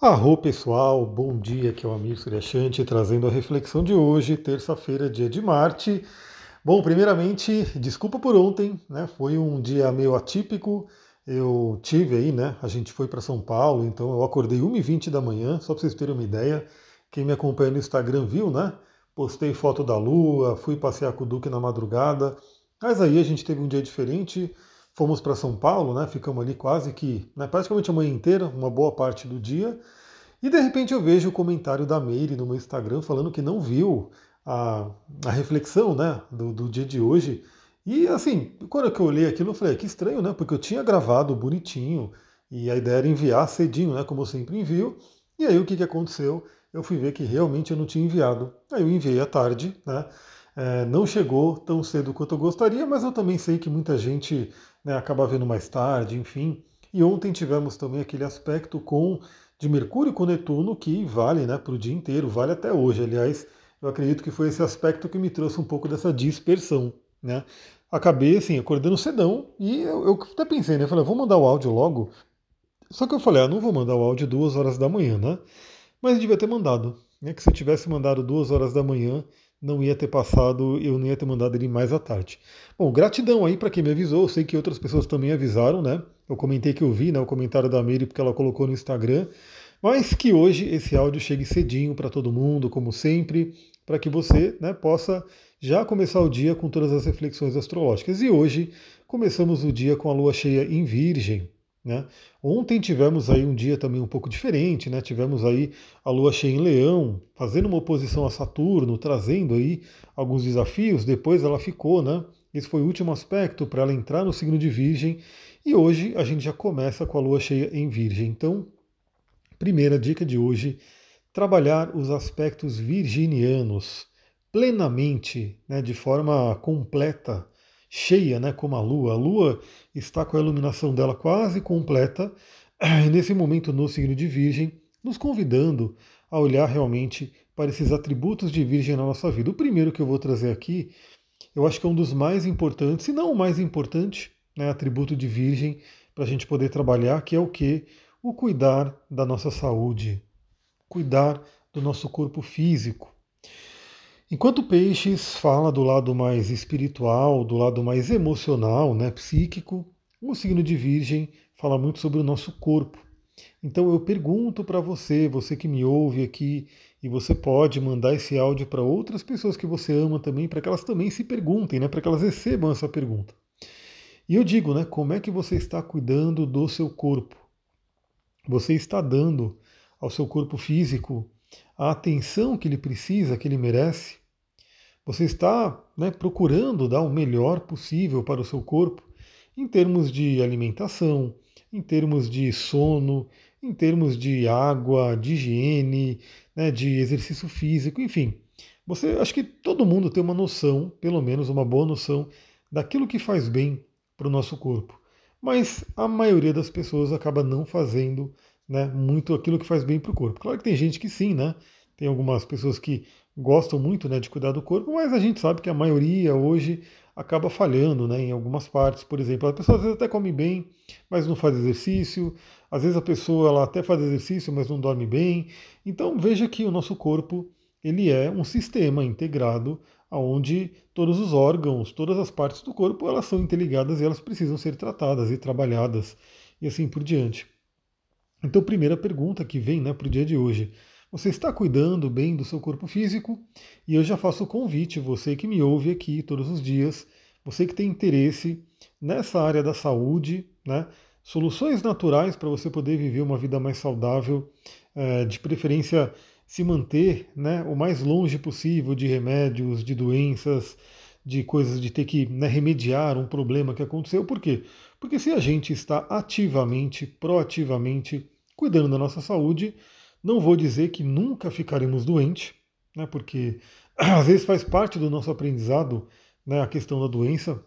Arro pessoal, bom dia, aqui é o Amir Suryashanti trazendo a reflexão de hoje, terça-feira, dia de Marte. Bom, primeiramente, desculpa por ontem, né? Foi um dia meio atípico. Eu tive aí, né? A gente foi para São Paulo, então eu acordei 1h20 da manhã, só para vocês terem uma ideia. Quem me acompanha no Instagram viu, né? Postei foto da lua, fui passear com o Duque na madrugada. Mas aí a gente teve um dia diferente. Fomos para São Paulo, né? Ficamos ali quase que, né, praticamente a manhã inteira, uma boa parte do dia. E de repente eu vejo o comentário da Meire no meu Instagram falando que não viu a, a reflexão, né, do dia de hoje. E assim, quando eu olhei aquilo, eu falei, que estranho, né? Porque eu tinha gravado bonitinho e a ideia era enviar cedinho, né? Como eu sempre envio. E aí o que aconteceu? Eu fui ver que realmente eu não tinha enviado. Aí eu enviei à tarde, né? Não chegou tão cedo quanto eu gostaria, mas eu também sei que muita gente, né, acaba vendo mais tarde, enfim. E ontem tivemos também aquele aspecto de Mercúrio com Netuno que vale, né, para o dia inteiro, vale até hoje. Aliás, eu acredito que foi esse aspecto que me trouxe um pouco dessa dispersão, né? Acabei assim, acordando cedão e eu até pensei, né? Falei, vou mandar o áudio logo. Só que eu falei, não vou mandar o áudio 2 horas da manhã, né? Mas eu devia ter mandado, né? Que se eu tivesse mandado 2 horas da manhã, não ia ter passado, eu não ia ter mandado ele mais à tarde. Bom, gratidão aí para quem me avisou. Eu sei que outras pessoas também avisaram, né? Eu comentei que eu vi, né, o comentário da Miri porque ela colocou no Instagram. Mas que hoje esse áudio chegue cedinho para todo mundo, como sempre, para que você, né, possa já começar o dia com todas as reflexões astrológicas. E hoje começamos o dia com a lua cheia em Virgem, né? Ontem tivemos aí um dia também um pouco diferente, né? Tivemos aí a lua cheia em Leão, fazendo uma oposição a Saturno, trazendo aí alguns desafios. Depois ela ficou, né? Esse foi o último aspecto para ela entrar no signo de Virgem. E hoje a gente já começa com a lua cheia em Virgem. Então, primeira dica de hoje: trabalhar os aspectos virginianos plenamente, né, de forma completa, cheia, né, como a Lua. A Lua está com a iluminação dela quase completa, e nesse momento no signo de Virgem, nos convidando a olhar realmente para esses atributos de Virgem na nossa vida. O primeiro que eu vou trazer aqui, eu acho que é um dos mais importantes, se não o mais importante, né, atributo de Virgem para a gente poder trabalhar, que é o que? O cuidar da nossa saúde, cuidar do nosso corpo físico. Enquanto Peixes fala do lado mais espiritual, do lado mais emocional, né, psíquico, o signo de Virgem fala muito sobre o nosso corpo. Então eu pergunto para você, você que me ouve aqui, e você pode mandar esse áudio para outras pessoas que você ama também, para que elas também se perguntem, né, para que elas recebam essa pergunta. E eu digo, né, como é que você está cuidando do seu corpo? Você está dando ao seu corpo físico a atenção que ele precisa, que ele merece? Você está, né, procurando dar o melhor possível para o seu corpo em termos de alimentação, em termos de sono, em termos de água, de higiene, né, de exercício físico, enfim. Você, acho que todo mundo tem uma noção, pelo menos uma boa noção, daquilo que faz bem para o nosso corpo. Mas a maioria das pessoas acaba não fazendo, né, muito aquilo que faz bem para o corpo. Claro que tem gente que sim, né? Tem algumas pessoas que gostam muito, né, de cuidar do corpo, mas a gente sabe que a maioria hoje acaba falhando, né, em algumas partes. Por exemplo, a pessoa às vezes até come bem, mas não faz exercício. Às vezes a pessoa ela até faz exercício, mas não dorme bem. Então veja que o nosso corpo ele é um sistema integrado onde todos os órgãos, todas as partes do corpo, elas são interligadas e elas precisam ser tratadas e trabalhadas e assim por diante. Então, primeira pergunta que vem, né, para o dia de hoje: você está cuidando bem do seu corpo físico? E eu já faço o convite, você que me ouve aqui todos os dias, você que tem interesse nessa área da saúde, né, soluções naturais para você poder viver uma vida mais saudável, de preferência se manter, né, o mais longe possível de remédios, de doenças, de coisas de ter que, né, remediar um problema que aconteceu. Por quê? Porque se a gente está ativamente, proativamente cuidando da nossa saúde, não vou dizer que nunca ficaremos doentes, né, porque às vezes faz parte do nosso aprendizado, né, a questão da doença,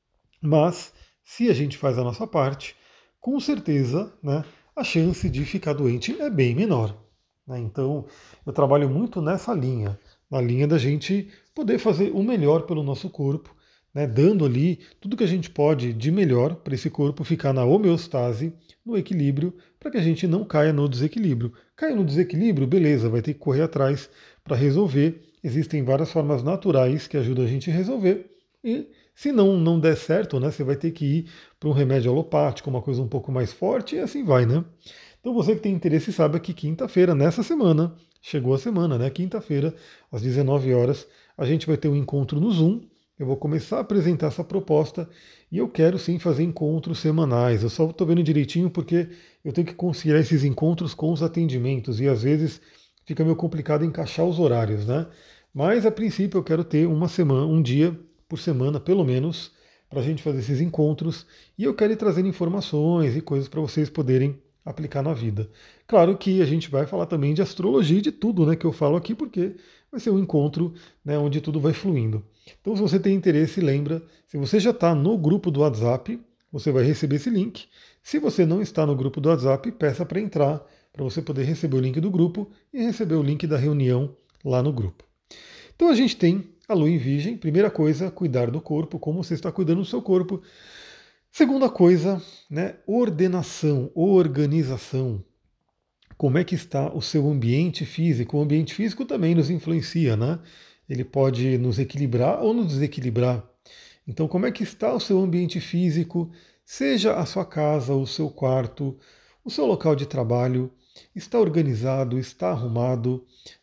mas se a gente faz a nossa parte, com certeza, né, a chance de ficar doente é bem menor, né? Então eu trabalho muito nessa linha, na linha da gente poder fazer o melhor pelo nosso corpo, né, dando ali tudo que a gente pode de melhor para esse corpo ficar na homeostase, no equilíbrio, para que a gente não caia no desequilíbrio. Caiu no desequilíbrio, beleza, vai ter que correr atrás para resolver. Existem várias formas naturais que ajudam a gente a resolver. E se não der certo, né, você vai ter que ir para um remédio alopático, uma coisa um pouco mais forte, e assim vai, né? Então você que tem interesse sabe que quinta-feira, nessa semana, chegou a semana, né? Quinta-feira, às 19 horas, a gente vai ter um encontro no Zoom. Eu vou começar a apresentar essa proposta e eu quero sim fazer encontros semanais. Eu só estou vendo direitinho porque eu tenho que conciliar esses encontros com os atendimentos e às vezes fica meio complicado encaixar os horários, né? Mas a princípio eu quero ter uma semana, um dia por semana, pelo menos, para a gente fazer esses encontros e eu quero ir trazendo informações e coisas para vocês poderem aplicar na vida. Claro que a gente vai falar também de astrologia e de tudo, né, que eu falo aqui, porque vai ser um encontro, né, onde tudo vai fluindo. Então, se você tem interesse, lembra, se você já está no grupo do WhatsApp, você vai receber esse link. Se você não está no grupo do WhatsApp, peça para entrar, para você poder receber o link do grupo e receber o link da reunião lá no grupo. Então, a gente tem a Lua em Virgem. Primeira coisa, cuidar do corpo, como você está cuidando do seu corpo. Segunda coisa, né, ordenação, organização. Como é que está o seu ambiente físico? O ambiente físico também nos influencia, né? Ele pode nos equilibrar ou nos desequilibrar. Então, como é que está o seu ambiente físico? Seja a sua casa, o seu quarto, o seu local de trabalho, está organizado, está arrumado.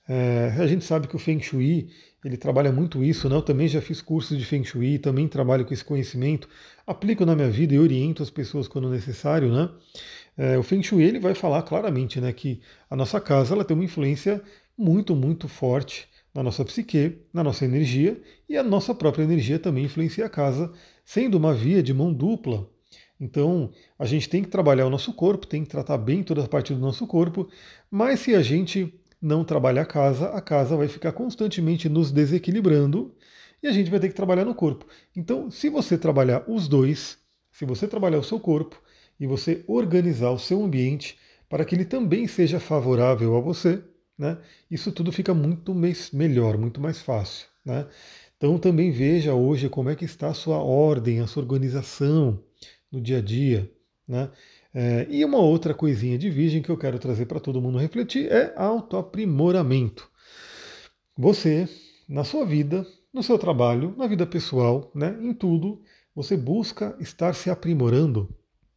A gente sabe que o Feng Shui, ele trabalha muito isso, né? Eu também já fiz cursos de Feng Shui, também trabalho com esse conhecimento, aplico na minha vida e oriento as pessoas quando necessário, né? O Feng Shui ele vai falar claramente, né, que a nossa casa ela tem uma influência muito, muito forte na nossa psique, na nossa energia, e a nossa própria energia também influencia a casa, sendo uma via de mão dupla. Então, a gente tem que trabalhar o nosso corpo, tem que tratar bem toda a parte do nosso corpo, mas se a gente não trabalhar a casa vai ficar constantemente nos desequilibrando e a gente vai ter que trabalhar no corpo. Então, se você trabalhar os dois, se você trabalhar o seu corpo e você organizar o seu ambiente para que ele também seja favorável a você, né, isso tudo fica muito melhor, muito mais fácil, né? Então também veja hoje como é que está a sua ordem, a sua organização no dia a dia, né? E uma outra coisinha de virgem que eu quero trazer para todo mundo refletir é autoaprimoramento. Você, na sua vida, no seu trabalho, na vida pessoal, né, em tudo, você busca estar se aprimorando.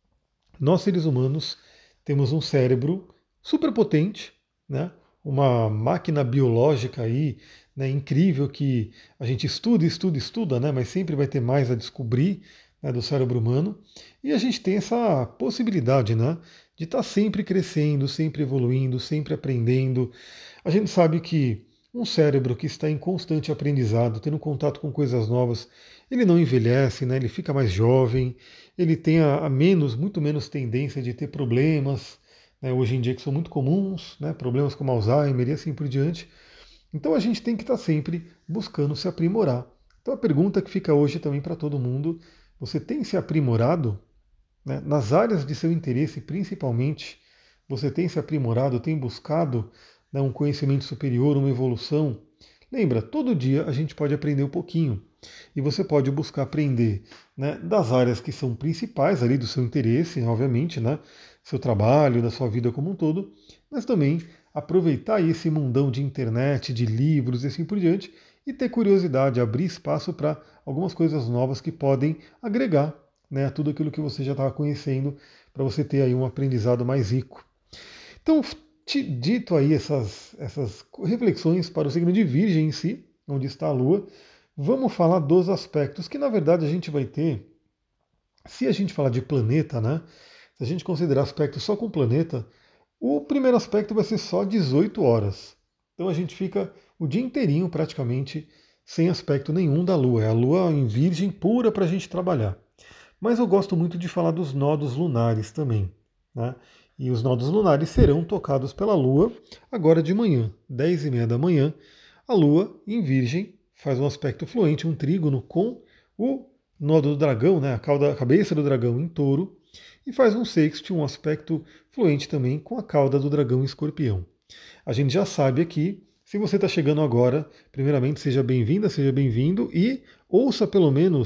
Nós, seres humanos, temos um cérebro super potente, né? Uma máquina biológica aí, né, incrível que a gente estuda, estuda, estuda, né, mas sempre vai ter mais a descobrir, né, do cérebro humano. E a gente tem essa possibilidade, né, de estar sempre crescendo, sempre evoluindo, sempre aprendendo. A gente sabe que um cérebro que está em constante aprendizado, tendo contato com coisas novas, ele não envelhece, né, ele fica mais jovem, ele tem muito menos tendência de ter problemas, né, hoje em dia que são muito comuns, né, problemas como Alzheimer e assim por diante. Então a gente tem que estar sempre buscando se aprimorar. Então a pergunta que fica hoje também para todo mundo, você tem se aprimorado, né, nas áreas de seu interesse principalmente? Você tem se aprimorado, tem buscado, né, um conhecimento superior, uma evolução? Lembra, todo dia a gente pode aprender um pouquinho. E você pode buscar aprender, né, das áreas que são principais ali do seu interesse, obviamente, né, seu trabalho, da sua vida como um todo, mas também aproveitar esse mundão de internet, de livros e assim por diante, e ter curiosidade, abrir espaço para algumas coisas novas que podem agregar, né, a tudo aquilo que você já estava conhecendo, para você ter aí um aprendizado mais rico. Então, dito aí essas reflexões para o signo de Virgem em si, onde está a Lua, vamos falar dos aspectos que, na verdade, a gente vai ter, se a gente falar de planeta, né? Se a gente considerar aspecto só com planeta, o primeiro aspecto vai ser só 18 horas. Então a gente fica o dia inteirinho praticamente sem aspecto nenhum da Lua. É a Lua em Virgem pura para a gente trabalhar. Mas eu gosto muito de falar dos nodos lunares também, né? E os nodos lunares serão tocados pela Lua agora de manhã, 10h30 da manhã. A Lua em Virgem faz um aspecto fluente, um trígono com o nodo do dragão, né, a cabeça do dragão em touro, e faz um sexto, um aspecto fluente também com a cauda do dragão em escorpião. A gente já sabe aqui, se você está chegando agora, primeiramente seja bem-vinda, seja bem-vindo e ouça pelo menos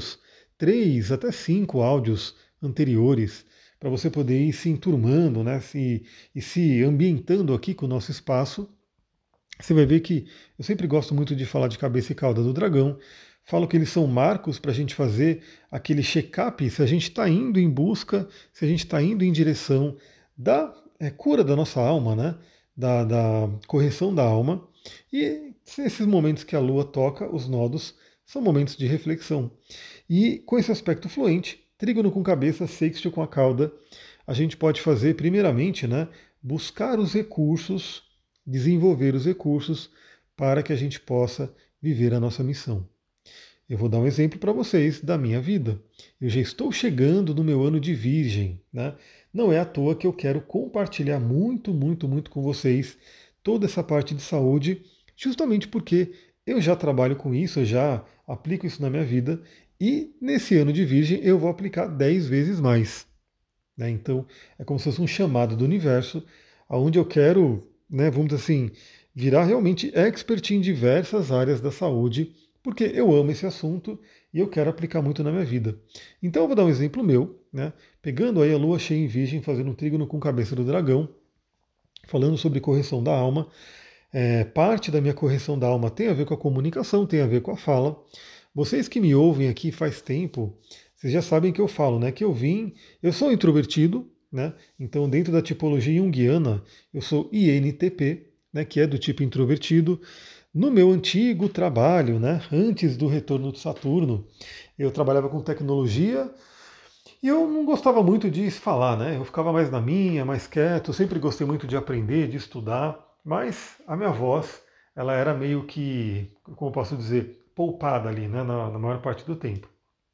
3 até 5 áudios anteriores para você poder ir se enturmando, né, e se ambientando aqui com o nosso espaço. Você vai ver que eu sempre gosto muito de falar de cabeça e cauda do dragão. Falo que eles são marcos para a gente fazer aquele check-up se a gente está indo em busca, se a gente está indo em direção da cura da nossa alma, né? Da correção da alma. E esses momentos que a Lua toca os nodos são momentos de reflexão. E com esse aspecto fluente, trígono com cabeça, sextil com a cauda, a gente pode fazer, primeiramente, né, buscar os recursos, desenvolver os recursos para que a gente possa viver a nossa missão. Eu vou dar um exemplo para vocês da minha vida. Eu já estou chegando no meu ano de Virgem, né? Não é à toa que eu quero compartilhar muito, muito, muito com vocês toda essa parte de saúde, justamente porque eu já trabalho com isso, eu já aplico isso na minha vida e nesse ano de Virgem eu vou aplicar 10 vezes mais, né? Então é como se fosse um chamado do universo, aonde eu quero, né, vamos dizer assim, virar realmente expert em diversas áreas da saúde, porque eu amo esse assunto e eu quero aplicar muito na minha vida. Então eu vou dar um exemplo meu, né? Pegando aí a lua cheia em Virgem, fazendo um trígono com cabeça do dragão, falando sobre correção da alma. Parte da minha correção da alma tem a ver com a comunicação, tem a ver com a fala. Vocês que me ouvem aqui faz tempo, vocês já sabem que eu falo, né? Que eu sou introvertido, né? Então dentro da tipologia junguiana, eu sou INTP, né? Que é do tipo introvertido. No meu antigo trabalho, né? Antes do retorno de Saturno, eu trabalhava com tecnologia e eu não gostava muito de falar, né? Eu ficava mais na minha, mais quieto. Eu sempre gostei muito de aprender, de estudar, mas a minha voz, ela era meio que, como eu posso dizer, poupada ali, né? Na maior parte do tempo.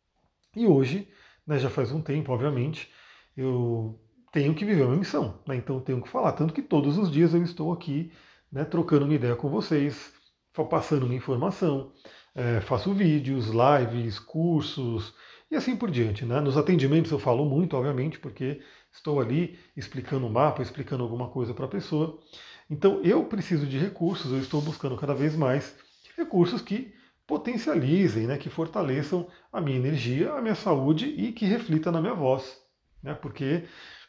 E hoje, né, já faz um tempo, obviamente, eu tenho que viver uma missão, né? Então eu tenho que falar. Tanto que todos os dias eu estou aqui, né, trocando uma ideia com vocês, passando uma informação, faço vídeos, lives, cursos e assim por diante, né? Nos atendimentos eu falo muito, obviamente, porque estou ali explicando o mapa, explicando alguma coisa para a pessoa. Então eu preciso de recursos, eu estou buscando cada vez mais recursos que potencializem, né, que fortaleçam a minha energia, a minha saúde e que reflita na minha voz. Né, porque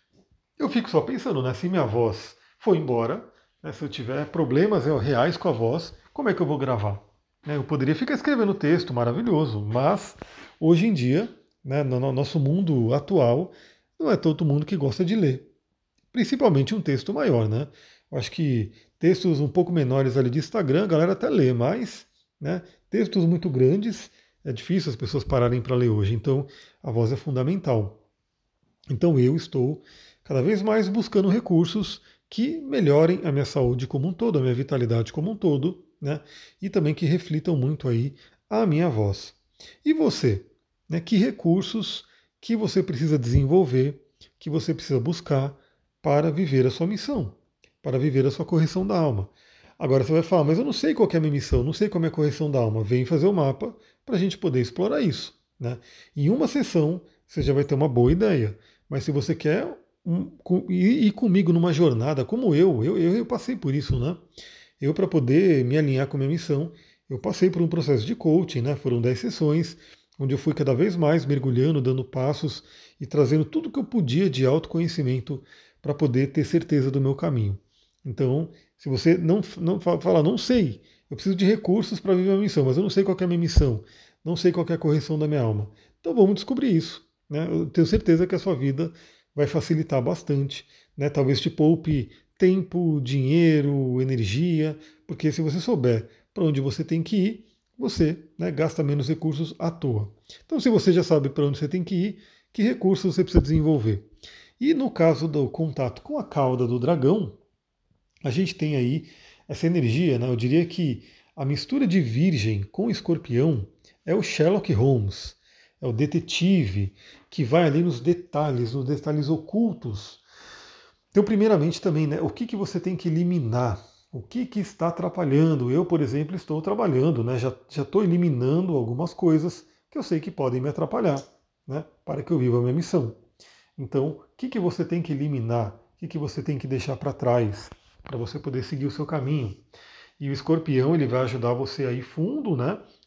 eu fico só pensando, né, se minha voz for embora, né, se eu tiver problemas reais com a voz, como é que eu vou gravar? Né, eu poderia ficar escrevendo texto maravilhoso, mas hoje em dia, né, no nosso mundo atual, não é todo mundo que gosta de ler. Principalmente um texto maior, né? Eu acho que textos um pouco menores ali de Instagram, a galera até lê, mas, né, textos muito grandes, é difícil as pessoas pararem para ler hoje. Então, a voz é fundamental. Então, eu estou cada vez mais buscando recursos que melhorem a minha saúde como um todo, a minha vitalidade como um todo, né? E também que reflitam muito aí a minha voz. E você, né? Que recursos que você precisa desenvolver, que você precisa buscar para viver a sua missão, para viver a sua correção da alma. Agora você vai falar, mas eu não sei qual que é a minha missão, não sei qual é a minha correção da alma. Vem fazer o mapa para a gente poder explorar isso. Né? Em uma sessão você já vai ter uma boa ideia. Mas se você quer ir comigo numa jornada, como eu passei por isso, né? Eu, para poder me alinhar com a minha missão, eu passei por um processo de coaching, né? Foram 10 sessões, onde eu fui cada vez mais mergulhando, dando passos e trazendo tudo que eu podia de autoconhecimento para poder ter certeza do meu caminho. Então, se você não fala, não sei, eu preciso de recursos para viver a missão, mas eu não sei qual é a minha missão, não sei qual é a correção da minha alma. Então vamos descobrir isso. Né? Eu tenho certeza que a sua vida vai facilitar bastante. Né? Talvez te poupe tempo, dinheiro, energia, porque se você souber para onde você tem que ir, você, né, gasta menos recursos à toa. Então, se você já sabe para onde você tem que ir, que recursos você precisa desenvolver? E no caso do contato com a cauda do dragão, a gente tem aí essa energia, né? Eu diria que a mistura de Virgem com Escorpião é o Sherlock Holmes, é o detetive que vai ali nos detalhes ocultos. Então, primeiramente também, né, o que você tem que eliminar? O que está atrapalhando? Eu, por exemplo, estou trabalhando, né, já estou eliminando algumas coisas que eu sei que podem me atrapalhar, né, para que eu viva a minha missão. Então, o que você tem que eliminar? O que você tem que deixar para trás para você poder seguir o seu caminho? E o escorpião ele vai ajudar você a ir fundo, né,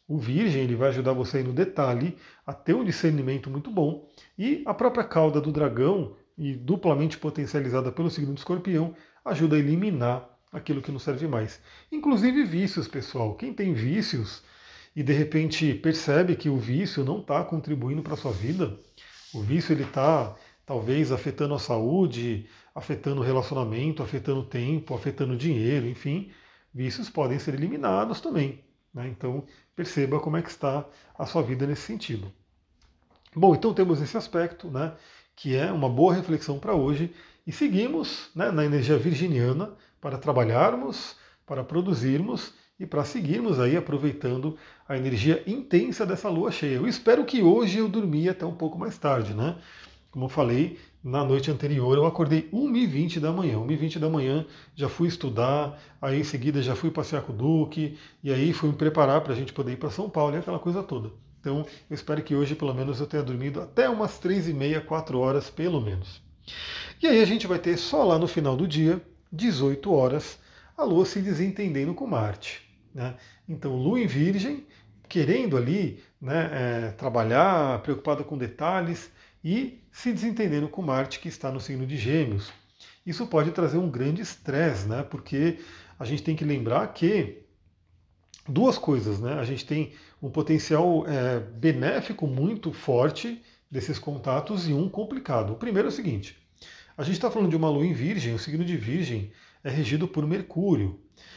O Virgem ele vai ajudar você aí no detalhe a ter um discernimento muito bom. E a própria cauda do dragão, e duplamente potencializada pelo signo de Escorpião, ajuda a eliminar aquilo que não serve mais. Inclusive vícios, pessoal. Quem tem vícios e de repente percebe que o vício não está contribuindo para a sua vida, o vício ele está talvez afetando a saúde, afetando o relacionamento, afetando o tempo, afetando o dinheiro, enfim, vícios podem ser eliminados também. Né? Então perceba como é que está a sua vida nesse sentido. Bom, então temos esse aspecto, né, que é uma boa reflexão para hoje, e seguimos, né, na energia virginiana para trabalharmos, para produzirmos e para seguirmos aí aproveitando a energia intensa dessa lua cheia. Eu espero que hoje eu dormi até um pouco mais tarde, né? Como eu falei, na noite anterior eu acordei 1h20 da manhã. 1h20 da manhã já fui estudar, aí em seguida já fui passear com o Duque, e aí fui me preparar para a gente poder ir para São Paulo e aquela coisa toda. Então eu espero que hoje pelo menos eu tenha dormido até umas 3h30, 4 horas pelo menos. E aí a gente vai ter só lá no final do dia, 18 horas, a Lua se desentendendo com Marte. Né? Então Lua em Virgem, querendo ali, né, trabalhar, preocupada com detalhes, e se desentendendo com Marte, que está no signo de Gêmeos. Isso pode trazer um grande estresse, né? Porque a gente tem que lembrar que duas coisas, né? A gente tem um potencial benéfico muito forte desses contatos e um complicado. O primeiro é o seguinte: a gente está falando de uma lua em Virgem, o signo de Virgem é regido por Mercúrio.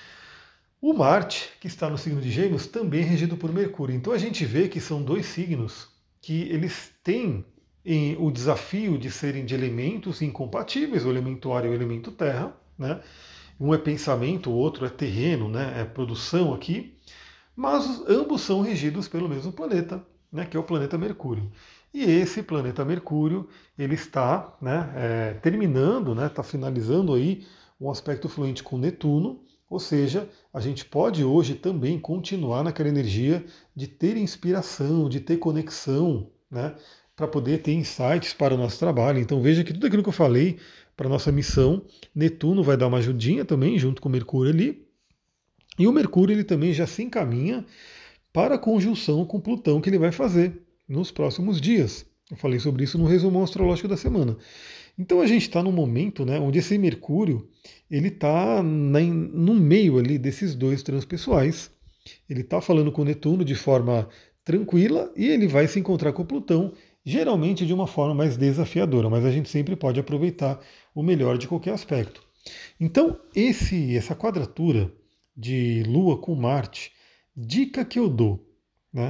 O Marte, que está no signo de Gêmeos, também é regido por Mercúrio. Então a gente vê que são dois signos que eles têm o desafio de serem de elementos incompatíveis, o elemento ar e o elemento terra, né? Um é pensamento, o outro é terreno, né? É produção aqui, mas ambos são regidos pelo mesmo planeta, né? Que é o planeta Mercúrio. E esse planeta Mercúrio, ele está, né, terminando, né, está finalizando aí um aspecto fluente com Netuno, ou seja, a gente pode hoje também continuar naquela energia de ter inspiração, de ter conexão, né, para poder ter insights para o nosso trabalho. Então veja que tudo aquilo que eu falei para a nossa missão, Netuno vai dar uma ajudinha também, junto com Mercúrio ali, e o Mercúrio ele também já se encaminha para a conjunção com Plutão que ele vai fazer nos próximos dias. Eu falei sobre isso no resumão astrológico da semana. Então a gente está num momento, né, onde esse Mercúrio ele está no meio ali desses dois transpessoais. Ele está falando com Netuno de forma tranquila e ele vai se encontrar com Plutão, geralmente de uma forma mais desafiadora, mas a gente sempre pode aproveitar o melhor de qualquer aspecto. Então essa quadratura de Lua com Marte, dica que eu dou, né?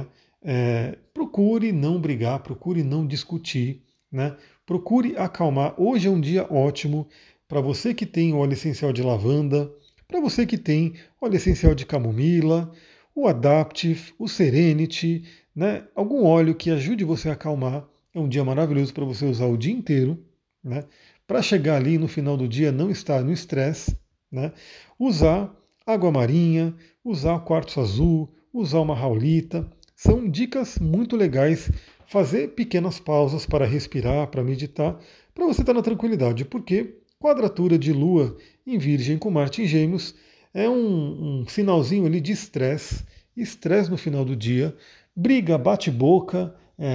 Procure não brigar, procure não discutir, né? Procure acalmar. Hoje é um dia ótimo para você que tem óleo essencial de lavanda, para você que tem óleo essencial de camomila, o Adaptive, o Serenity, né? Algum óleo que ajude você a acalmar. É um dia maravilhoso para você usar o dia inteiro, né? Para chegar ali no final do dia não estar no estresse, né? Usar água marinha, usar quartzo azul, usar uma raulita. São dicas muito legais. Fazer pequenas pausas para respirar, para meditar, para você estar na tranquilidade, porque quadratura de Lua em Virgem com Marte em Gêmeos é um sinalzinho ali de estresse, estresse no final do dia, briga, bate-boca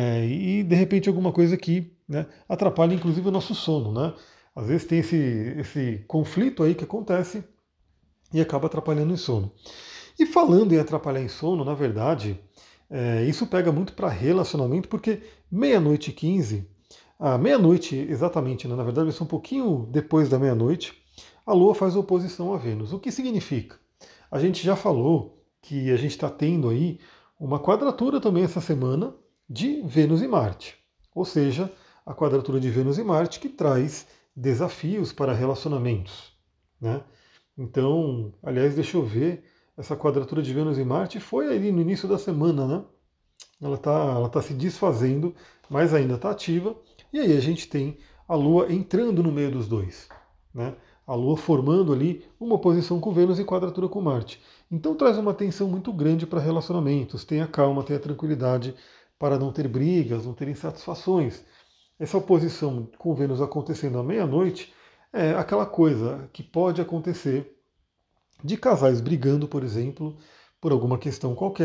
e de repente alguma coisa que, né, atrapalha inclusive o nosso sono. Né? Às vezes tem esse conflito aí que acontece e acaba atrapalhando o sono. E falando em atrapalhar em sono, na verdade, isso pega muito para relacionamento, porque meia-noite e 15, meia-noite exatamente, né, na verdade vai ser um pouquinho depois da meia-noite, a Lua faz oposição a Vênus. O que significa? A gente já falou que a gente está tendo aí uma quadratura também essa semana de Vênus e Marte. Ou seja, a quadratura de Vênus e Marte que traz desafios para relacionamentos. Né? Então, aliás, deixa eu ver, essa quadratura de Vênus e Marte foi ali no início da semana, né? Ela tá se desfazendo, mas ainda está ativa. E aí a gente tem a Lua entrando no meio dos dois. Né? A Lua formando ali uma oposição com Vênus e quadratura com Marte. Então traz uma tensão muito grande para relacionamentos. Tenha calma, tenha tranquilidade para não ter brigas, não ter insatisfações. Essa oposição com Vênus acontecendo à meia-noite é aquela coisa que pode acontecer de casais brigando, por exemplo, por alguma questão qualquer,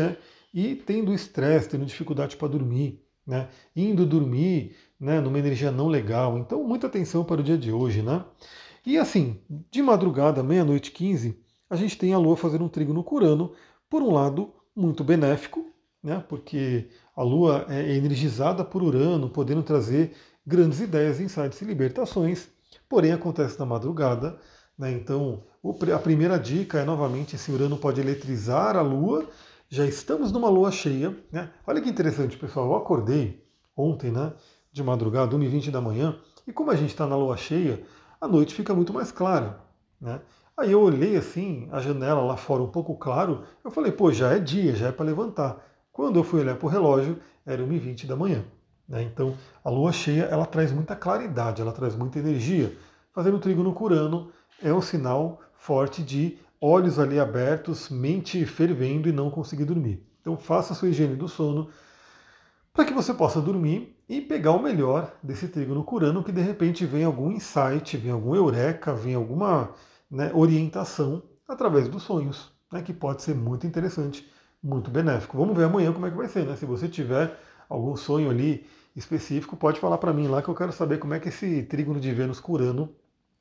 e tendo estresse, tendo dificuldade para dormir, né? Indo dormir, né, numa energia não legal. Então, muita atenção para o dia de hoje, né? E assim, de madrugada, meia-noite 15, a gente tem a Lua fazendo um trígono com Urano, por um lado, muito benéfico, né? Porque a Lua é energizada por Urano, podendo trazer grandes ideias, insights e libertações, porém acontece na madrugada, né? Então, a primeira dica é novamente esse Urano pode eletrizar a Lua. Já estamos numa Lua cheia, né? Olha que interessante, pessoal. Eu acordei ontem, né? De madrugada, 1h20 da manhã, e como a gente está na Lua cheia, a noite fica muito mais clara, né? Aí eu olhei assim, a janela lá fora um pouco claro, eu falei, pô, já é dia, já é para levantar. Quando eu fui olhar para o relógio, era 1h20 da manhã. Né? Então, a lua cheia, ela traz muita claridade, ela traz muita energia. Fazendo trígono com Urano é um sinal forte de olhos ali abertos, mente fervendo e não conseguir dormir. Então, faça a sua higiene do sono para que você possa dormir e pegar o melhor desse trígono com Urano, que de repente vem algum insight, vem algum eureka, vem alguma, né, orientação através dos sonhos, né, que pode ser muito interessante, muito benéfico. Vamos ver amanhã como é que vai ser, né? Se você tiver algum sonho ali específico, pode falar para mim lá que eu quero saber como é que esse trígono de Vênus com Urano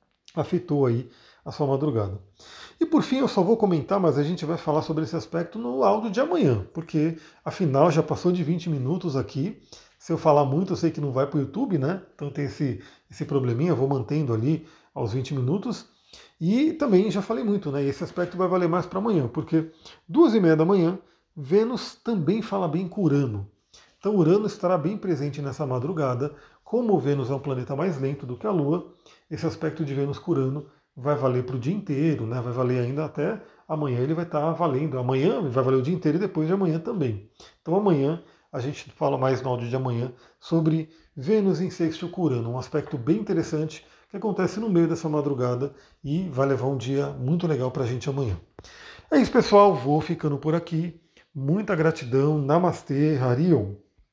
afetou aí a sua madrugada. E por fim, eu só vou comentar, mas a gente vai falar sobre esse aspecto no áudio de amanhã, porque afinal já passou de 20 minutos aqui. Se eu falar muito, eu sei que não vai para o YouTube, né? Então tem esse probleminha, eu vou mantendo ali aos 20 minutos. E também já falei muito, né? Esse aspecto vai valer mais para amanhã, porque 2h30 da manhã, Vênus também fala bem com Urano. Então Urano estará bem presente nessa madrugada. Como o Vênus é um planeta mais lento do que a Lua, esse aspecto de Vênus com Urano vai valer para o dia inteiro, né? Vai valer ainda até amanhã, ele vai estar valendo. Amanhã vai valer o dia inteiro e depois de amanhã também. Então amanhã a gente fala mais no áudio de amanhã sobre Vênus em sexto com Urano, um aspecto bem interessante que acontece no meio dessa madrugada e vai levar um dia muito legal para a gente amanhã. É isso, pessoal. Vou ficando por aqui. Muita gratidão. Namastê, Harion.